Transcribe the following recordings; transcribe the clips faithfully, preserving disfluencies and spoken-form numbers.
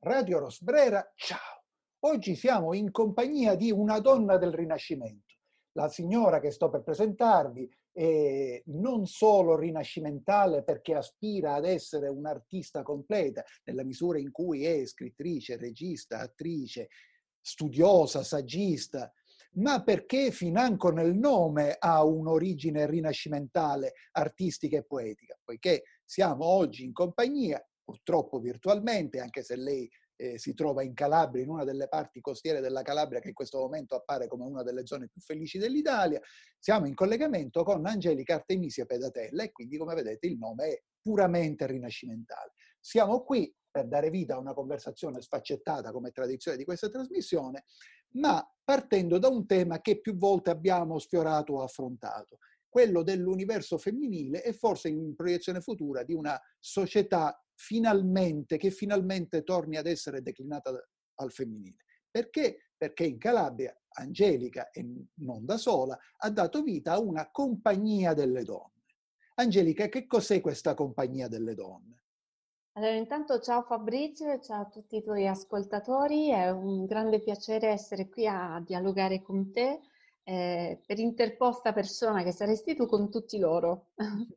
Radio Rosbrera, ciao! Oggi siamo in compagnia di una donna del Rinascimento. La signora che sto per presentarvi è non solo rinascimentale perché aspira ad essere un'artista completa, nella misura in cui è scrittrice, regista, attrice, studiosa, saggista, ma perché financo nel nome ha un'origine rinascimentale, artistica e poetica, poiché siamo oggi in compagnia, purtroppo virtualmente, anche se lei eh, si trova in Calabria, in una delle parti costiere della Calabria che in questo momento appare come una delle zone più felici dell'Italia. Siamo in collegamento con Angelica Artemisia Pedatella e quindi, come vedete, il nome è puramente rinascimentale. Siamo qui per dare vita a una conversazione sfaccettata come tradizione di questa trasmissione, ma partendo da un tema che più volte abbiamo sfiorato o affrontato, quello dell'universo femminile e forse in proiezione futura di una società finalmente, che finalmente torni ad essere declinata al femminile. Perché? Perché in Calabria Angelica, e non da sola, ha dato vita a una compagnia delle donne. Angelica, che cos'è questa compagnia delle donne? Allora, intanto ciao Fabrizio e ciao a tutti i tuoi ascoltatori, è un grande piacere essere qui a dialogare con te, eh, per interposta persona che saresti tu con tutti loro.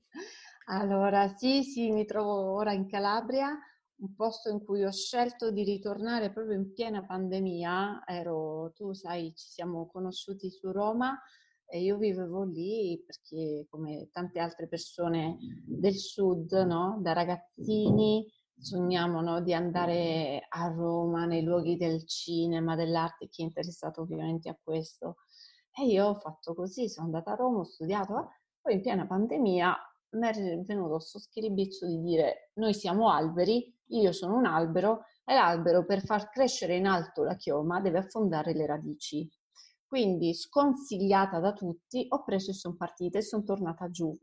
Allora, sì, sì, mi trovo ora in Calabria, un posto in cui ho scelto di ritornare proprio in piena pandemia. Ero, tu sai, ci siamo conosciuti su Roma e io vivevo lì perché, come tante altre persone del sud, no? Da ragazzini sogniamo, no? Di andare a Roma, nei luoghi del cinema, dell'arte, chi è interessato ovviamente a questo. E io ho fatto così, sono andata a Roma, ho studiato, eh, poi in piena pandemia mi è venuto sto schiribizzo di dire: noi siamo alberi, io sono un albero e l'albero, per far crescere in alto la chioma, deve affondare le radici. Quindi, sconsigliata da tutti, ho preso e sono partita e sono tornata giù.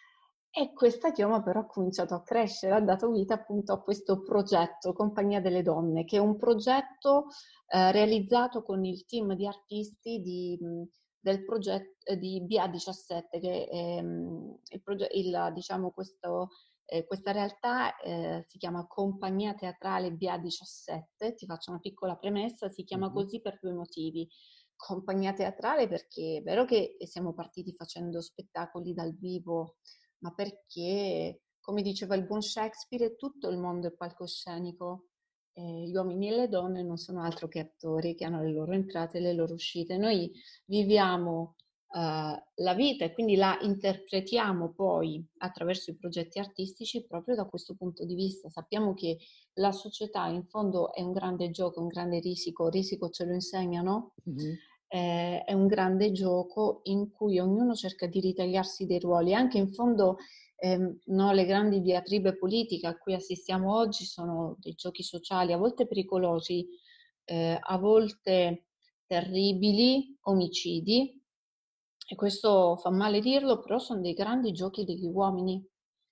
E questa chioma però ha cominciato a crescere, ha dato vita appunto a questo progetto Compagnia delle Donne, che è un progetto eh, realizzato con il team di artisti di, mh, del progetto di B A diciassette, che è mh, il proge- il, diciamo, questo, eh, questa realtà eh, si chiama Compagnia Teatrale B A diciassette. Ti faccio una piccola premessa: si chiama Mhm. così per due motivi. Compagnia teatrale perché è vero che siamo partiti facendo spettacoli dal vivo, ma perché, come diceva il buon Shakespeare, tutto il mondo è palcoscenico. Eh, gli uomini e le donne non sono altro che attori che hanno le loro entrate e le loro uscite. Noi viviamo eh, la vita e quindi la interpretiamo poi attraverso i progetti artistici proprio da questo punto di vista. Sappiamo che la società in fondo è un grande gioco, un grande risico, risico ce lo insegnano. Mhm. Eh, è un grande gioco in cui ognuno cerca di ritagliarsi dei ruoli, anche in fondo ehm, no, le grandi diatribe politiche a cui assistiamo oggi sono dei giochi sociali, a volte pericolosi, eh, a volte terribili, omicidi, e questo fa male dirlo, però sono dei grandi giochi degli uomini.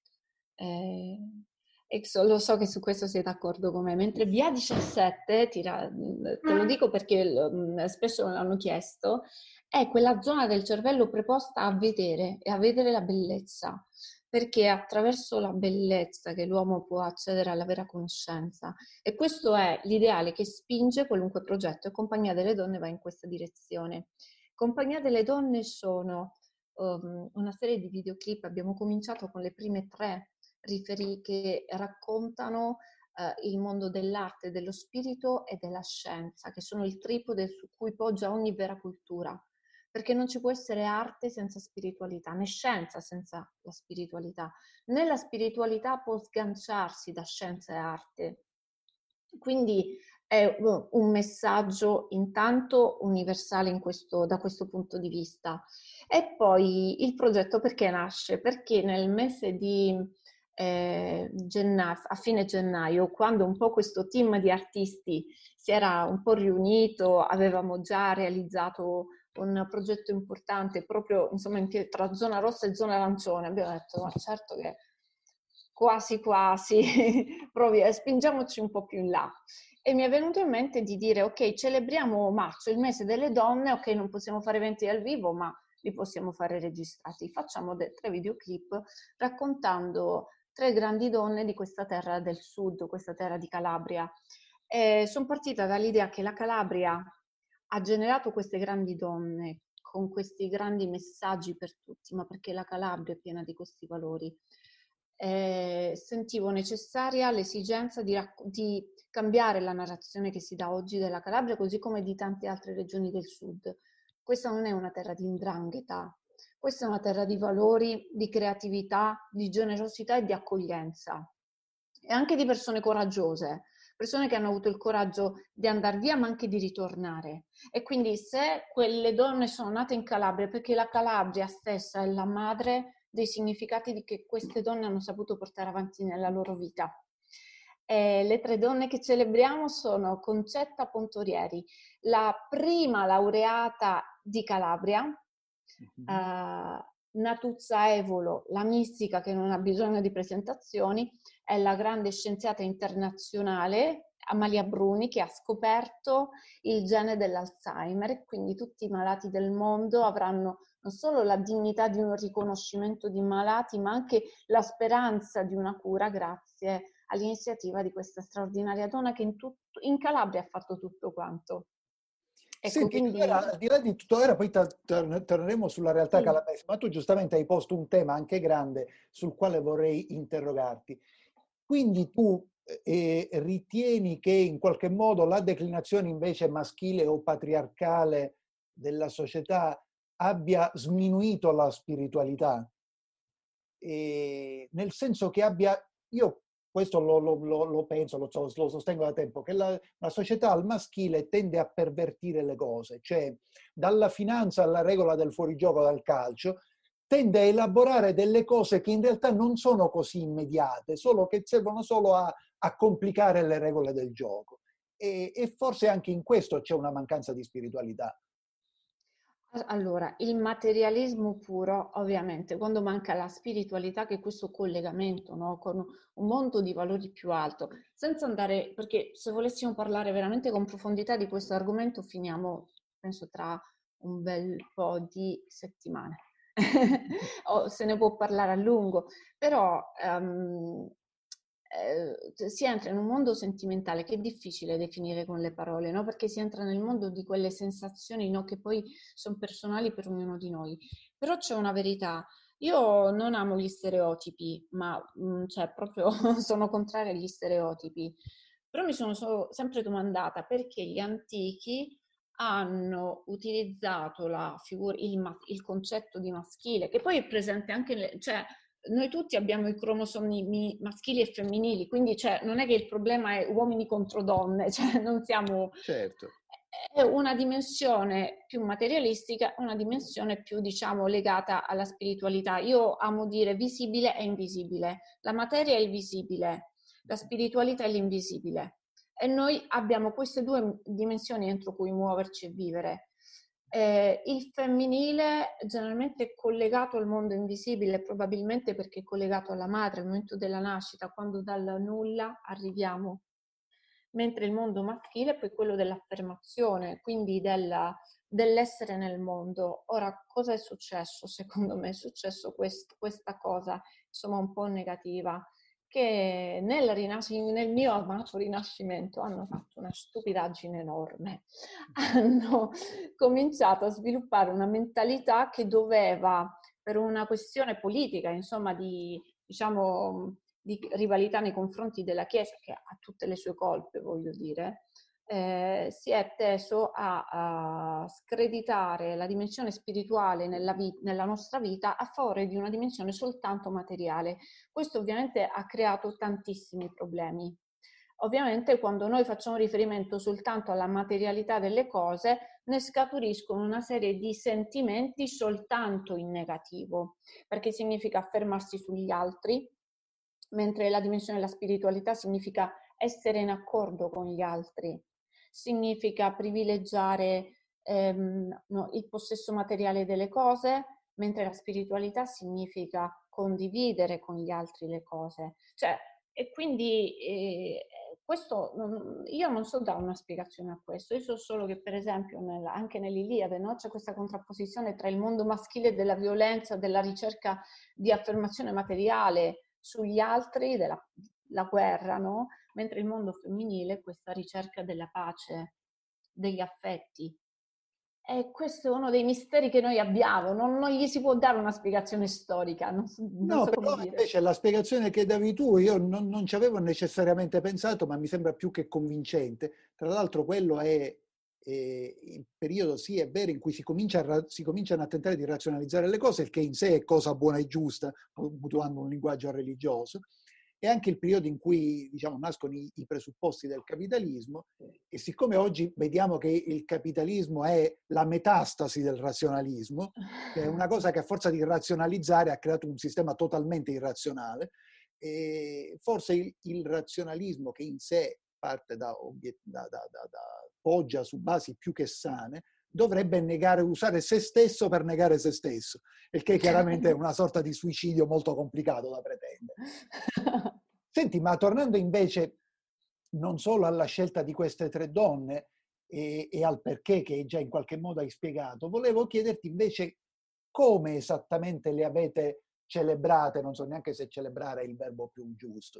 Eh, e so- lo so che su questo sei d'accordo con me, mentre via diciassette, tira- te lo dico perché mm, spesso me l'hanno chiesto, è quella zona del cervello preposta a vedere e a vedere la bellezza, perché è attraverso la bellezza che l'uomo può accedere alla vera conoscenza, e questo è l'ideale che spinge qualunque progetto, e Compagnia delle Donne va in questa direzione. Compagnia delle Donne sono um, una serie di videoclip, abbiamo cominciato con le prime tre riferi- che raccontano eh, il mondo dell'arte, dello spirito e della scienza, che sono il tripode su cui poggia ogni vera cultura, perché non ci può essere arte senza spiritualità, né scienza senza la spiritualità, né la spiritualità può sganciarsi da scienza e arte. Quindi è un messaggio intanto universale in questo, da questo punto di vista. E poi il progetto perché nasce? Perché nel mese di eh, gennaio, a fine gennaio, quando un po' questo team di artisti si era un po' riunito, avevamo già realizzato un progetto importante proprio insomma in pie- tra zona rossa e zona arancione, abbiamo detto ma certo che quasi quasi provi, eh, spingiamoci un po' più in là. E mi è venuto in mente di dire ok, celebriamo marzo, il mese delle donne, ok, non possiamo fare eventi dal vivo, ma li possiamo fare registrati. Facciamo de- tre videoclip raccontando tre grandi donne di questa terra del sud, questa terra di Calabria. Eh, sono partita dall'idea che la Calabria ha generato queste grandi donne con questi grandi messaggi per tutti, ma perché la Calabria è piena di questi valori. Eh, sentivo necessaria l'esigenza di, racc- di cambiare la narrazione che si dà oggi della Calabria, così come di tante altre regioni del sud. Questa non è una terra di 'ndrangheta, questa è una terra di valori, di creatività, di generosità e di accoglienza. E anche di persone coraggiose, persone che hanno avuto il coraggio di andare via ma anche di ritornare. E quindi se quelle donne sono nate in Calabria, perché la Calabria stessa è la madre dei significati che queste donne hanno saputo portare avanti nella loro vita. E le tre donne che celebriamo sono Concetta Pontorieri, la prima laureata di Calabria, Mhm. uh, Natuzza Evolo, la mistica che non ha bisogno di presentazioni, è la grande scienziata internazionale Amalia Bruni, che ha scoperto il gene dell'Alzheimer, quindi tutti i malati del mondo avranno non solo la dignità di un riconoscimento di malati, ma anche la speranza di una cura grazie all'iniziativa di questa straordinaria donna che in, tutto, in Calabria ha fatto tutto quanto. Ecco, Senti, quindi... allora, al di là di tutto, ora poi ta- tor- torneremo sulla realtà Sì. calabrese, ma tu giustamente hai posto un tema anche grande sul quale vorrei interrogarti. Quindi tu eh, ritieni che in qualche modo la declinazione invece maschile o patriarcale della società abbia sminuito la spiritualità? E nel senso che abbia, io questo lo, lo- lo- lo penso, lo, so- lo sostengo da tempo, che la, la società al maschile tende a pervertire le cose, cioè dalla finanza alla regola del fuorigioco dal calcio, tende a elaborare delle cose che in realtà non sono così immediate, solo che servono solo a, a complicare le regole del gioco. E, e forse anche in questo c'è una mancanza di spiritualità. Allora, il materialismo puro, ovviamente, quando manca la spiritualità, che è questo collegamento, no, con un mondo di valori più alto, senza andare, perché se volessimo parlare veramente con profondità di questo argomento, finiamo, penso, tra un bel po' di settimane. O se ne può parlare a lungo, però um, eh, si entra in un mondo sentimentale che è difficile definire con le parole, no? Perché si entra nel mondo di quelle sensazioni, no? Che poi sono personali per ognuno di noi. Però c'è una verità. Io non amo gli stereotipi, ma mh, cioè proprio sono contraria agli stereotipi. Però mi sono so- sempre domandata perché gli antichi hanno utilizzato la figura, il, ma- il concetto di maschile, che poi è presente anche, nelle, cioè noi tutti abbiamo i cromosomi mi- maschili e femminili, quindi cioè, non è che il problema è uomini contro donne, cioè non siamo... Certo. È una dimensione più materialistica, una dimensione più, diciamo, legata alla spiritualità. Io amo dire visibile e invisibile. La materia è il visibile, la spiritualità è l'invisibile. E noi abbiamo queste due dimensioni entro cui muoverci e vivere. Eh, il femminile generalmente è collegato al mondo invisibile, probabilmente perché è collegato alla madre, al momento della nascita, quando dal nulla arriviamo. Mentre il mondo maschile è poi quello dell'affermazione, quindi della, dell'essere nel mondo. Ora, cosa è successo? Secondo me è successo quest, questa cosa, insomma, un po' negativa, che nel, rinas- nel mio amato Rinascimento hanno fatto una stupidaggine enorme. Hanno cominciato a sviluppare una mentalità che doveva, per una questione politica, insomma, di, diciamo, di rivalità nei confronti della Chiesa, che ha tutte le sue colpe, voglio dire, eh, si è teso a, a screditare la dimensione spirituale nella, vi- nella nostra vita a favore di una dimensione soltanto materiale. Questo ovviamente ha creato tantissimi problemi. Ovviamente quando noi facciamo riferimento soltanto alla materialità delle cose, ne scaturiscono una serie di sentimenti soltanto in negativo, perché significa affermarsi sugli altri, mentre la dimensione della spiritualità significa essere in accordo con gli altri, significa privilegiare ehm, no, il possesso materiale delle cose, mentre la spiritualità significa condividere con gli altri le cose. Cioè, e quindi eh, questo non, io non so dare una spiegazione a questo, io so solo che per esempio nel, anche nell'Iliade, no, c'è questa contrapposizione tra il mondo maschile della violenza, della ricerca di affermazione materiale sugli altri, della la guerra, no? mentre il mondo femminile è questa ricerca della pace, degli affetti. E questo è uno dei misteri che noi abbiamo, non, non gli si può dare una spiegazione storica, non so, non No, so come però dire. invece la spiegazione che davi tu, io non, non ci avevo necessariamente pensato, ma mi sembra più che convincente. Tra l'altro quello è, è il periodo, sì, è vero, in cui si, comincia a, ra- si cominciano a tentare di razionalizzare le cose, il che in sé è cosa buona e giusta, mutuando un linguaggio religioso. È anche il periodo in cui, diciamo, nascono i, i presupposti del capitalismo, e siccome oggi vediamo che il capitalismo è la metastasi del razionalismo, che è una cosa che a forza di razionalizzare ha creato un sistema totalmente irrazionale, e forse il, il razionalismo, che in sé parte da, da, da, da, da poggia su basi più che sane, dovrebbe negare, usare se stesso per negare se stesso, il che chiaramente è una sorta di suicidio molto complicato da pretendere. Senti, ma tornando invece non solo alla scelta di queste tre donne e, e al perché che già in qualche modo hai spiegato, volevo chiederti invece come esattamente le avete celebrate, non so neanche se celebrare è il verbo più giusto.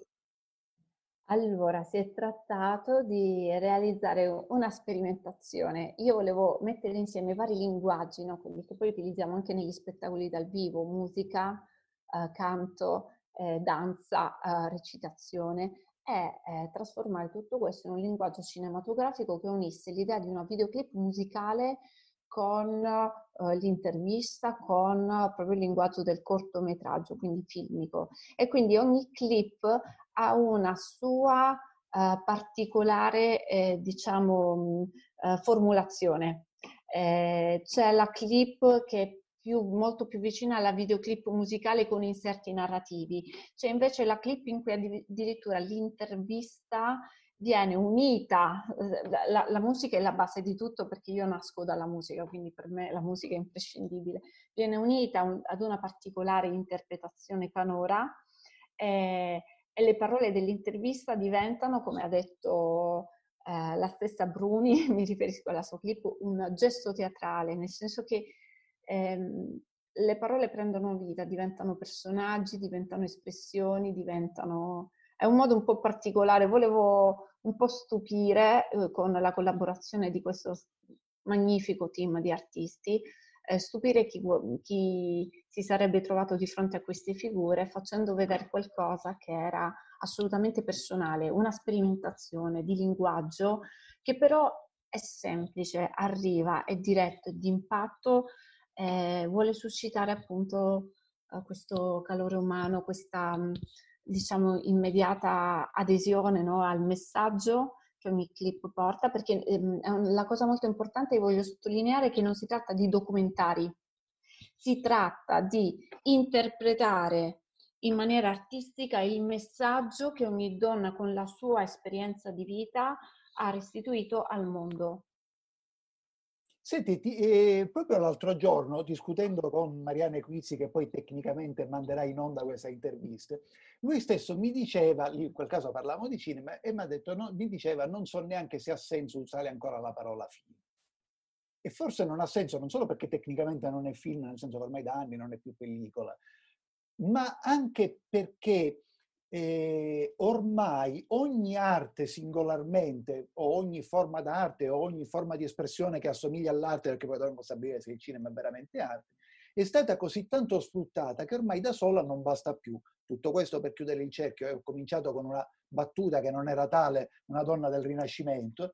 Allora, si è trattato di realizzare una sperimentazione. Io volevo mettere insieme vari linguaggi, no? Quelli che poi utilizziamo anche negli spettacoli dal vivo, musica, eh, canto, eh, danza, eh, recitazione, e eh, trasformare tutto questo in un linguaggio cinematografico che unisse l'idea di una videoclip musicale con eh, l'intervista, con eh, proprio il linguaggio del cortometraggio, quindi filmico. E quindi ogni clip ha una sua uh, particolare, eh, diciamo, mh, uh, formulazione. Eh, c'è la clip che è più, molto più vicina alla videoclip musicale con inserti narrativi. C'è invece la clip in cui addirittura l'intervista viene unita, la, la, la musica è la base di tutto perché io nasco dalla musica, quindi per me la musica è imprescindibile, viene unita un, ad una particolare interpretazione canora, eh, e le parole dell'intervista diventano, come ha detto eh, la stessa Bruni, mi riferisco alla sua clip, un gesto teatrale, nel senso che ehm, le parole prendono vita, diventano personaggi, diventano espressioni, diventano... È un modo un po' particolare, volevo un po' stupire eh, con la collaborazione di questo magnifico team di artisti, eh, stupire chi, chi si sarebbe trovato di fronte a queste figure facendo vedere qualcosa che era assolutamente personale, una sperimentazione di linguaggio che però è semplice, arriva, è diretto, è di impatto, eh, vuole suscitare appunto eh, questo calore umano, questa diciamo immediata adesione, no, al messaggio che ogni clip porta, perché ehm, è un, la cosa molto importante che voglio sottolineare è che non si tratta di documentari, si tratta di interpretare in maniera artistica il messaggio che ogni donna con la sua esperienza di vita ha restituito al mondo. Senti, ti- eh, proprio l'altro giorno, discutendo con Marianne Quizzi, che poi tecnicamente manderà in onda questa intervista, lui stesso mi diceva, in quel caso parlavamo di cinema, e mi ha detto, no, mi diceva, non so neanche se ha senso usare ancora la parola film. E forse non ha senso, non solo perché tecnicamente non è film, nel senso che ormai da anni non è più pellicola, ma anche perché eh, ormai ogni arte singolarmente, o ogni forma d'arte, o ogni forma di espressione che assomiglia all'arte, perché poi dovremmo stabilire se il cinema è veramente arte, è stata così tanto sfruttata che ormai da sola non basta più. Tutto questo per chiudere il cerchio, ho cominciato con una battuta che non era tale, una donna del Rinascimento.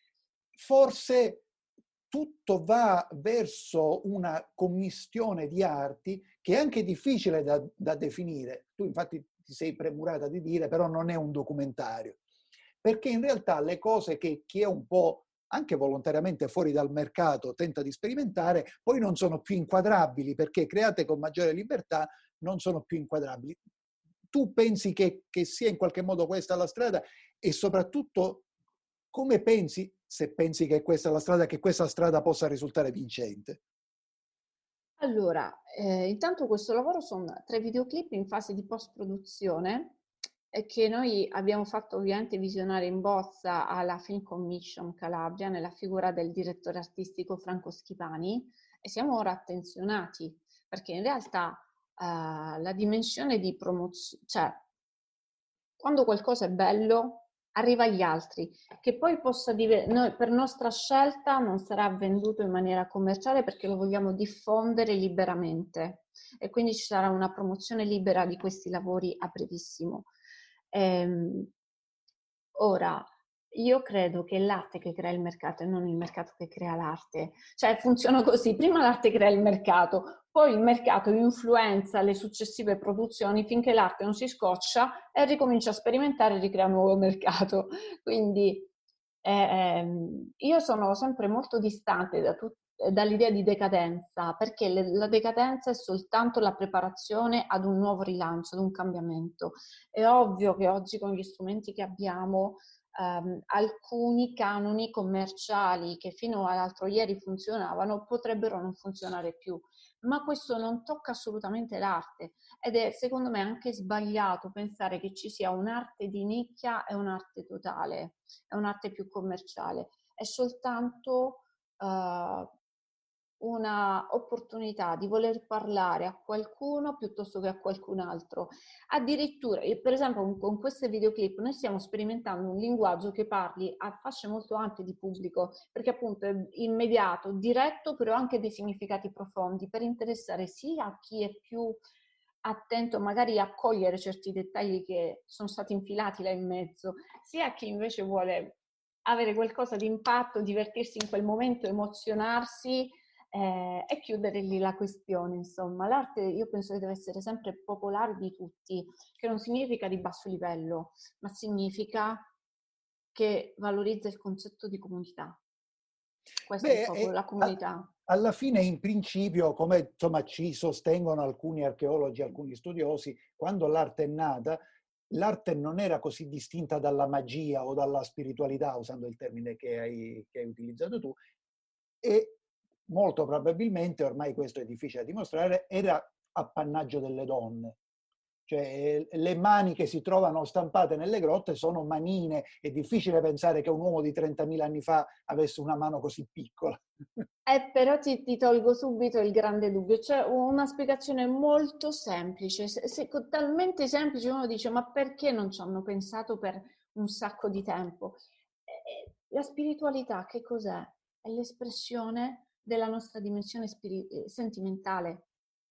Forse tutto va verso una commistione di arti che è anche difficile da, da definire. Tu infatti ti sei premurata di dire, però non è un documentario. Perché in realtà le cose che chi è un po' anche volontariamente fuori dal mercato tenta di sperimentare, poi non sono più inquadrabili, perché create con maggiore libertà non sono più inquadrabili. Tu pensi che, che sia in qualche modo questa la strada, e soprattutto come pensi, se pensi che questa è la strada, che questa strada possa risultare vincente? Allora, eh, intanto questo lavoro sono tre videoclip in fase di post-produzione e che noi abbiamo fatto ovviamente visionare in bozza alla Film Commission Calabria nella figura del direttore artistico Franco Schipani, e siamo ora attenzionati perché in realtà eh, la dimensione di promozione, cioè quando qualcosa è bello arriva agli altri, che poi possa diventare, per nostra scelta non sarà venduto in maniera commerciale perché lo vogliamo diffondere liberamente e quindi ci sarà una promozione libera di questi lavori a brevissimo. Ehm, ora, io credo che è l'arte che crea il mercato e non il mercato che crea l'arte. Cioè funziona così, prima l'arte crea il mercato, poi il mercato influenza le successive produzioni finché l'arte non si scoccia e ricomincia a sperimentare e ricrea un nuovo mercato. Quindi ehm, io sono sempre molto distante da tut- dall'idea di decadenza, perché le- la decadenza è soltanto la preparazione ad un nuovo rilancio, ad un cambiamento. È ovvio che oggi con gli strumenti che abbiamo, ehm, alcuni canoni commerciali che fino all'altro ieri funzionavano potrebbero non funzionare più, ma questo non tocca assolutamente l'arte ed è secondo me anche sbagliato pensare che ci sia un'arte di nicchia e un'arte totale, è un'arte più commerciale, è soltanto uh, una opportunità di voler parlare a qualcuno piuttosto che a qualcun altro. Addirittura, per esempio, con queste videoclip noi stiamo sperimentando un linguaggio che parli a fasce molto ampie di pubblico, perché appunto è immediato, diretto, però anche dei significati profondi, per interessare sia a chi è più attento magari a cogliere certi dettagli che sono stati infilati là in mezzo, sia a chi invece vuole avere qualcosa di impatto, divertirsi in quel momento, emozionarsi eh, e chiudere lì la questione. Insomma, l'arte io penso che deve essere sempre popolare di tutti, che non significa di basso livello, ma significa che valorizza il concetto di comunità. Questo è Beh, proprio eh, la a- comunità. alla fine, in principio, come insomma ci sostengono alcuni archeologi, alcuni studiosi, quando l'arte è nata, l'arte non era così distinta dalla magia o dalla spiritualità, usando il termine che hai, che hai utilizzato tu, e molto probabilmente, ormai questo è difficile da dimostrare, era appannaggio delle donne. Cioè, le mani che si trovano stampate nelle grotte sono manine. È difficile pensare che un uomo di trentamila anni fa avesse una mano così piccola. Eh, però ti, ti tolgo subito il grande dubbio. C'è una spiegazione molto semplice, se, se- talmente semplice uno dice ma perché non ci hanno pensato per un sacco di tempo? Eh, la spiritualità che cos'è? È l'espressione della nostra dimensione spiri- eh, sentimentale.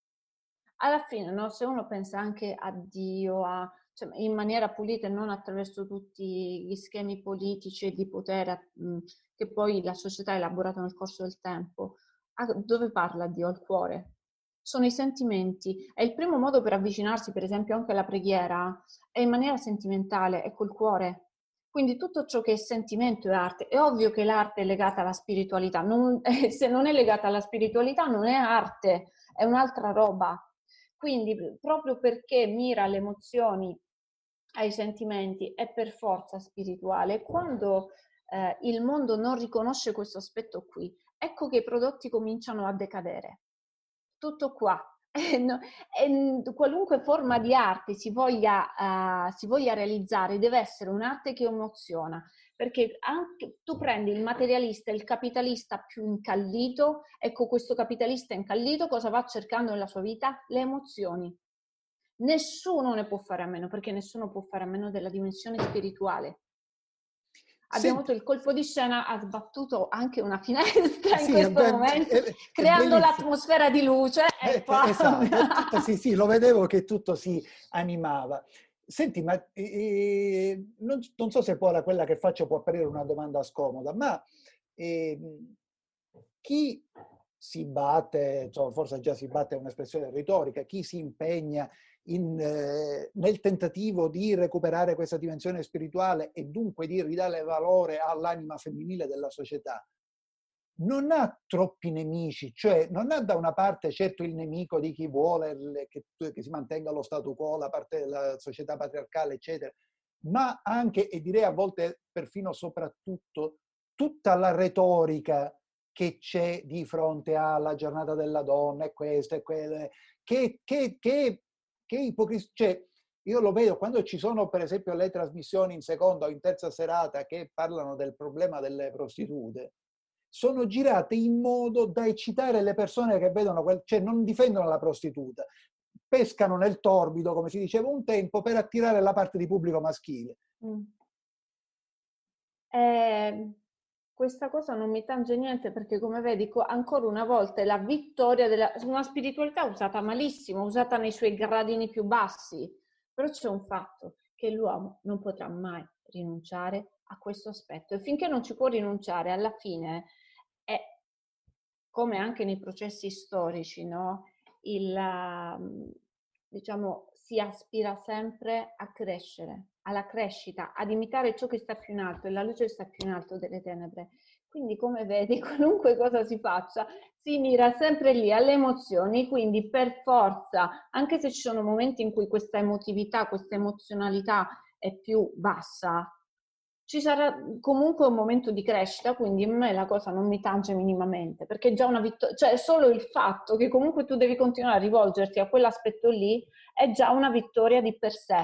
Alla fine, no? Se uno pensa anche a Dio, a, cioè, in maniera pulita e non attraverso tutti gli schemi politici e di potere mh, che poi la società ha elaborato nel corso del tempo, a, dove parla Dio? Al cuore. Sono i sentimenti. È il primo modo per avvicinarsi, per esempio, anche alla preghiera, è in maniera sentimentale, è col cuore. Quindi tutto ciò che è sentimento è arte. È ovvio che l'arte è legata alla spiritualità. Non, eh, se non è legata alla spiritualità non è arte, è un'altra roba. Quindi proprio perché mira alle emozioni, ai sentimenti, è per forza spirituale. Quando eh, il mondo non riconosce questo aspetto qui, ecco che i prodotti cominciano a decadere. Tutto qua. E no, e qualunque forma di arte si voglia, uh, si voglia realizzare deve essere un'arte che emoziona, perché anche tu prendi il materialista, il capitalista più incallito, ecco questo capitalista incallito cosa va cercando nella sua vita? Le emozioni. Nessuno ne può fare a meno, perché nessuno può fare a meno della dimensione spirituale. Abbiamo avuto Senti, il colpo di scena, ha sbattuto anche una finestra in sì, è, questo be- momento, è- è creando bellissimo. l'atmosfera di luce e Eh, poi... esatto, è tutto, sì, sì, lo vedevo che tutto si animava. Senti, ma eh, non, non so se poi ora quella che faccio può apparire una domanda scomoda, ma ehm, chi si batte, insomma, forse già si batte è un'espressione retorica, chi si impegna in, eh, nel tentativo di recuperare questa dimensione spirituale e dunque di ridare valore all'anima femminile della società, non ha troppi nemici, cioè non ha da una parte certo il nemico di chi vuole che, che si mantenga lo statu quo, la parte della società patriarcale, eccetera, ma anche, e direi a volte perfino soprattutto, tutta la retorica che c'è di fronte alla giornata della donna e questo e quello, che, che, che, che ipocrisia, cioè io lo vedo quando ci sono per esempio le trasmissioni in seconda o in terza serata che parlano del problema delle prostitute, sono girate in modo da eccitare le persone che vedono, quel, cioè non difendono la prostituta, pescano nel torbido, come si diceva un tempo, per attirare la parte di pubblico maschile. Mm. Eh, questa cosa non mi tange niente perché, come vedi, co- ancora una volta è la vittoria della una spiritualità usata malissimo, usata nei suoi gradini più bassi. Però c'è un fatto, che l'uomo non potrà mai rinunciare a questo aspetto e finché non ci può rinunciare, alla fine è come anche nei processi storici, no? Il, um, diciamo, si aspira sempre a crescere, alla crescita, ad imitare ciò che sta più in alto e la luce sta più in alto delle tenebre. Quindi, come vedi, qualunque cosa si faccia, si mira sempre lì alle emozioni, quindi per forza, anche se ci sono momenti in cui questa emotività, questa emozionalità è più bassa, ci sarà comunque un momento di crescita, quindi a me la cosa non mi tange minimamente, perché è già una vittoria, cioè solo il fatto che comunque tu devi continuare a rivolgerti a quell'aspetto lì è già una vittoria di per sé.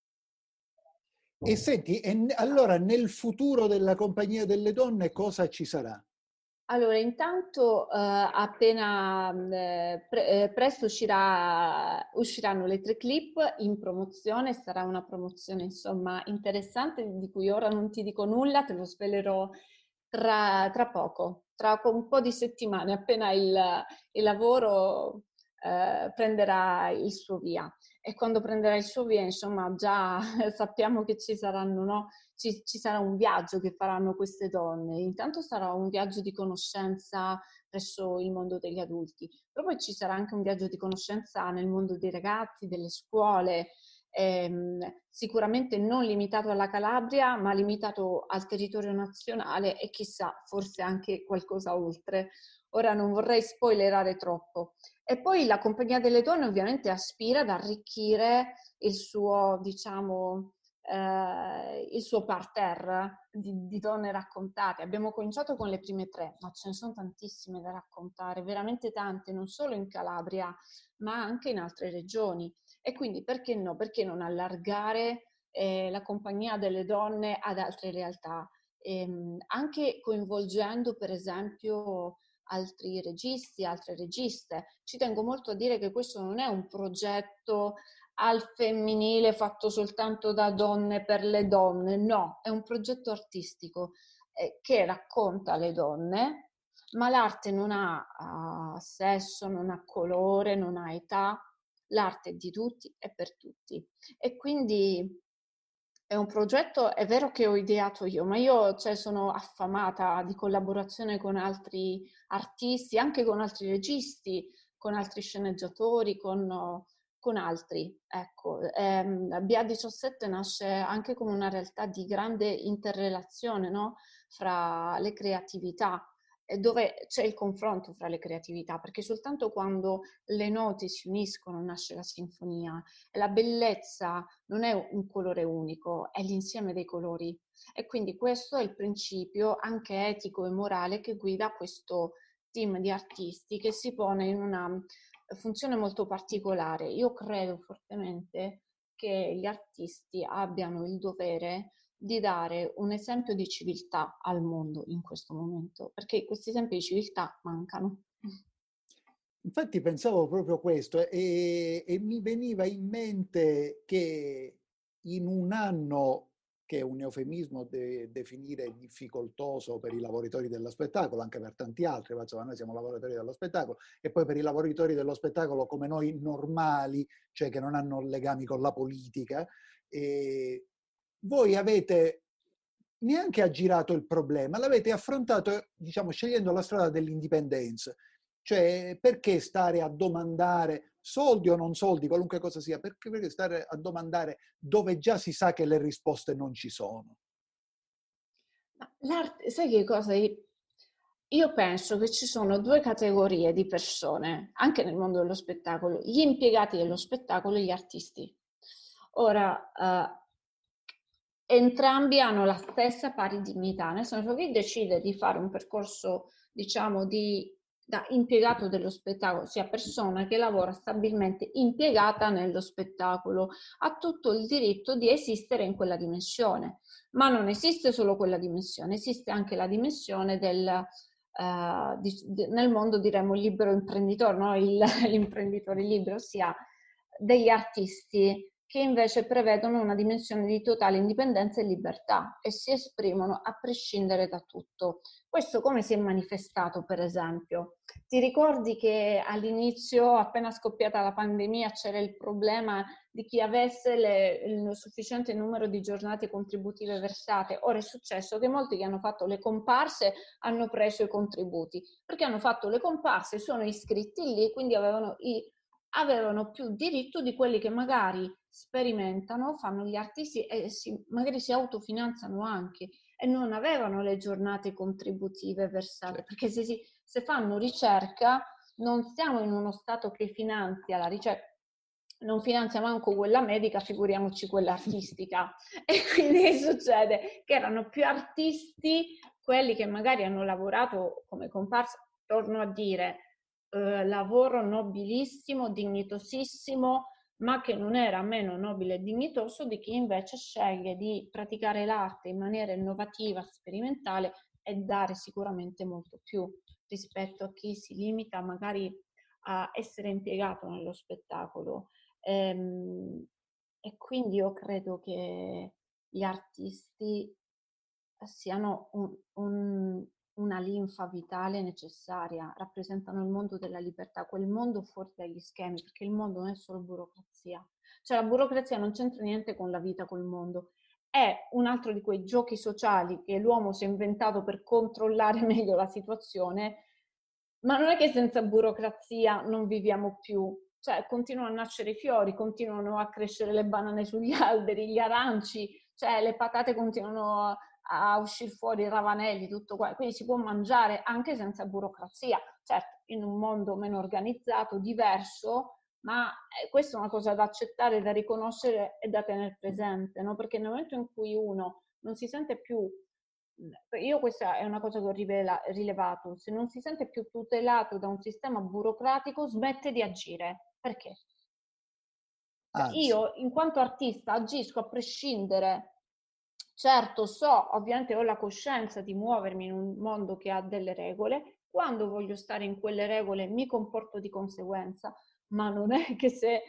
E senti, e n- allora nel futuro della Compagnia delle Donne cosa ci sarà? Allora, intanto eh, appena eh, pre- eh, presto uscirà, usciranno le tre clip in promozione, sarà una promozione insomma interessante di cui ora non ti dico nulla, te lo svelerò tra, tra poco, tra un po' di settimane, appena il, il lavoro eh, prenderà il suo via. E quando prenderà il suo via, insomma, già sappiamo che ci saranno, no? Ci, ci sarà un viaggio che faranno queste donne. Intanto sarà un viaggio di conoscenza presso il mondo degli adulti, però poi ci sarà anche un viaggio di conoscenza nel mondo dei ragazzi, delle scuole, ehm, sicuramente non limitato alla Calabria, ma limitato al territorio nazionale e chissà, forse anche qualcosa oltre. Ora non vorrei spoilerare troppo. E poi la Compagnia delle Donne ovviamente aspira ad arricchire il suo, diciamo, eh, il suo parterre di, di donne raccontate. Abbiamo cominciato con le prime tre, ma ce ne sono tantissime da raccontare, veramente tante, non solo in Calabria, ma anche in altre regioni. E quindi perché no? Perché non allargare eh, la Compagnia delle Donne ad altre realtà? Ehm, anche coinvolgendo per esempio altri registi, altre registe. Ci tengo molto a dire che questo non è un progetto al femminile fatto soltanto da donne per le donne, no, è un progetto artistico eh, che racconta le donne, ma l'arte non ha uh, sesso, non ha colore, non ha età, l'arte è di tutti e per tutti. E quindi è un progetto, è vero che ho ideato io, ma io cioè, sono affamata di collaborazione con altri artisti, anche con altri registi, con altri sceneggiatori, con, con altri. Ecco, ehm, B A diciassette nasce anche come una realtà di grande interrelazione, no? Fra le creatività, e dove c'è il confronto fra le creatività, perché soltanto quando le note si uniscono nasce la sinfonia. E la bellezza non è un colore unico, è l'insieme dei colori. E quindi questo è il principio anche etico e morale che guida questo team di artisti che si pone in una funzione molto particolare. Io credo fortemente che gli artisti abbiano il dovere di dare un esempio di civiltà al mondo in questo momento, perché questi esempi di civiltà mancano. Infatti pensavo proprio questo e, e mi veniva in mente che in un anno, che è un eufemismo de, definire difficoltoso per i lavoratori dello spettacolo, anche per tanti altri, ma insomma noi siamo lavoratori dello spettacolo, e poi per i lavoratori dello spettacolo come noi normali, cioè che non hanno legami con la politica, e voi avete neanche aggirato il problema, l'avete affrontato, diciamo, scegliendo la strada dell'indipendenza. Cioè, perché stare a domandare soldi o non soldi, qualunque cosa sia, perché, perché stare a domandare dove già si sa che le risposte non ci sono? L'arte, sai che cosa? Io penso che ci sono due categorie di persone, anche nel mondo dello spettacolo, gli impiegati dello spettacolo e gli artisti. Ora, eh, entrambi hanno la stessa pari dignità, nel senso che chi decide di fare un percorso, diciamo, di, da impiegato dello spettacolo, sia persona che lavora stabilmente impiegata nello spettacolo, ha tutto il diritto di esistere in quella dimensione. Ma non esiste solo quella dimensione, esiste anche la dimensione del Uh, di, di, nel mondo diremmo libero imprenditore, no? Il, l'imprenditore libero, ossia degli artisti che invece prevedono una dimensione di totale indipendenza e libertà e si esprimono a prescindere da tutto. Questo come si è manifestato, per esempio? Ti ricordi che all'inizio, appena scoppiata la pandemia, c'era il problema di chi avesse le, il sufficiente numero di giornate contributive versate? Ora è successo che molti che hanno fatto le comparse hanno preso i contributi, perché hanno fatto le comparse, sono iscritti lì, quindi avevano, i, avevano più diritto di quelli che magari sperimentano, fanno gli artisti e si, magari si autofinanziano anche e non avevano le giornate contributive versate, perché se, si, se fanno ricerca non siamo in uno stato che finanzia la ricerca, non finanzia manco quella medica, figuriamoci quella artistica. E quindi che succede? Che erano più artisti quelli che magari hanno lavorato come comparsa, torno a dire, eh, lavoro nobilissimo, dignitosissimo, ma che non era meno nobile e dignitoso di chi invece sceglie di praticare l'arte in maniera innovativa, sperimentale e dare sicuramente molto più rispetto a chi si limita magari a essere impiegato nello spettacolo. Ehm, e quindi io credo che gli artisti siano un, un, una linfa vitale necessaria, rappresentano il mondo della libertà, quel mondo fuori dagli schemi, perché il mondo non è solo burocrazia. Cioè la burocrazia non c'entra niente con la vita, col mondo. È un altro di quei giochi sociali che l'uomo si è inventato per controllare meglio la situazione, ma non è che senza burocrazia non viviamo più. Cioè continuano a nascere i fiori, continuano a crescere le banane sugli alberi, gli aranci, cioè le patate continuano a a uscire fuori i ravanelli, tutto qua. Quindi si può mangiare anche senza burocrazia, certo in un mondo meno organizzato, diverso, ma questa è una cosa da accettare, da riconoscere e da tenere presente, no? Perché nel momento in cui uno non si sente più, io questa è una cosa che ho rivela, rilevato, se non si sente più tutelato da un sistema burocratico smette di agire. Perché? Cioè, Anzi, io in quanto artista agisco a prescindere. Certo, so, ovviamente ho la coscienza di muovermi in un mondo che ha delle regole, quando voglio stare in quelle regole mi comporto di conseguenza, ma non è che se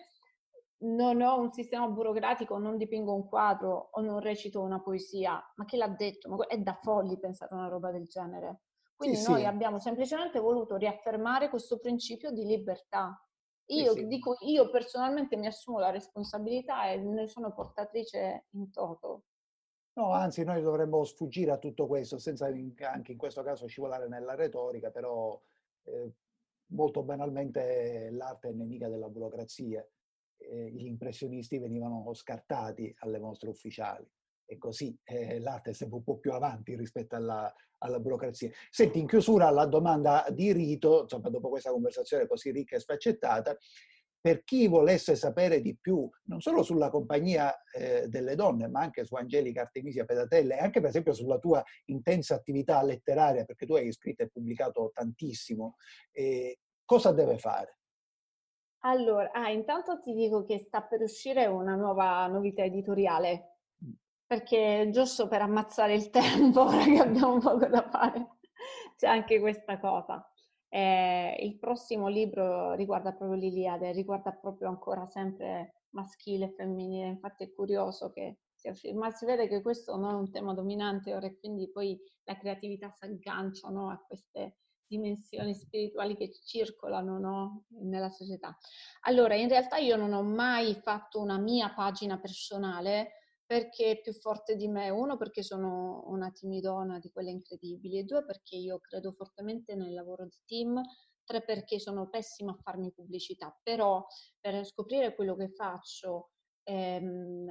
non ho un sistema burocratico, non dipingo un quadro o non recito una poesia, ma chi l'ha detto? Ma è da folli pensare a una roba del genere. sì, Quindi noi sì, abbiamo semplicemente voluto riaffermare questo principio di libertà. sì, Io sì. dico, io personalmente mi assumo la responsabilità e ne sono portatrice in toto. No, anzi, noi dovremmo sfuggire a tutto questo, senza in- anche in questo caso scivolare nella retorica, però eh, molto banalmente l'arte è nemica della burocrazia. Eh, gli impressionisti venivano scartati alle mostre ufficiali e così eh, l'arte è sempre un po' più avanti rispetto alla, alla burocrazia. Senti, in chiusura la domanda di rito, insomma, dopo questa conversazione così ricca e sfaccettata, per chi volesse sapere di più, non solo sulla Compagnia eh, delle Donne, ma anche su Angelica Artemisia Pedatella e anche per esempio sulla tua intensa attività letteraria, perché tu hai scritto e pubblicato tantissimo, eh, cosa deve fare? Allora, ah, intanto ti dico che sta per uscire una nuova novità editoriale, perché giusto per ammazzare il tempo, ora che abbiamo poco da fare, c'è anche questa cosa. Eh, il prossimo libro riguarda proprio l'Iliade, riguarda proprio ancora sempre maschile e femminile, infatti è curioso che sia uscito, ma si vede che questo non è un tema dominante ora e quindi poi la creatività si aggancia, no, a queste dimensioni spirituali che circolano, no, nella società. Allora, in realtà io non ho mai fatto una mia pagina personale perché è più forte di me. Uno, perché sono una timidona di quelle incredibili, e due, perché io credo fortemente nel lavoro di team, tre, perché sono pessima a farmi pubblicità, però per scoprire quello che faccio ehm,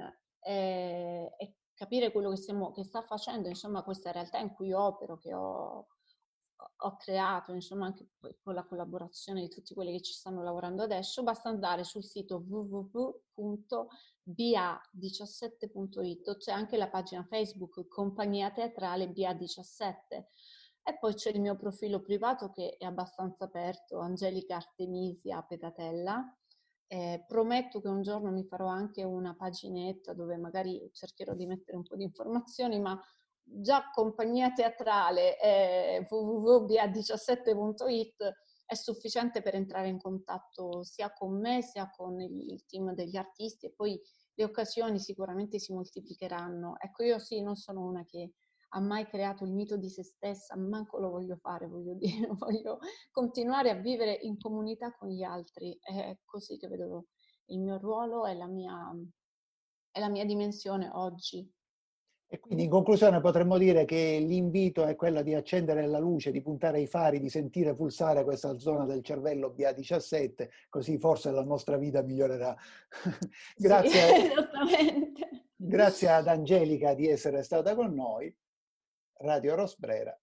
e, e capire quello che, stiamo, che sta facendo, insomma, questa realtà in cui opero, che ho ho creato, insomma, anche con la collaborazione di tutti quelli che ci stanno lavorando adesso, basta andare sul sito w w w punto b a diciassette punto i t, c'è anche la pagina Facebook Compagnia Teatrale B A diciassette e poi c'è il mio profilo privato che è abbastanza aperto, Angelica Artemisia Pedatella. Eh, prometto che un giorno mi farò anche una paginetta dove magari cercherò di mettere un po' di informazioni, ma già compagnia teatrale eh, w w w punto b a diciassette punto i t è sufficiente per entrare in contatto sia con me sia con il team degli artisti e poi le occasioni sicuramente si moltiplicheranno. Ecco, io sì, non sono una che ha mai creato il mito di se stessa, manco lo voglio fare, voglio dire, voglio continuare a vivere in comunità con gli altri. È così che vedo il mio ruolo e la mia, e la mia dimensione oggi. E quindi in conclusione potremmo dire che l'invito è quello di accendere la luce, di puntare i fari, di sentire pulsare questa zona del cervello B A diciassette, così forse la nostra vita migliorerà. Sì, Grazie, esattamente. grazie ad Angelica di essere stata con noi. Radio Rosbrera.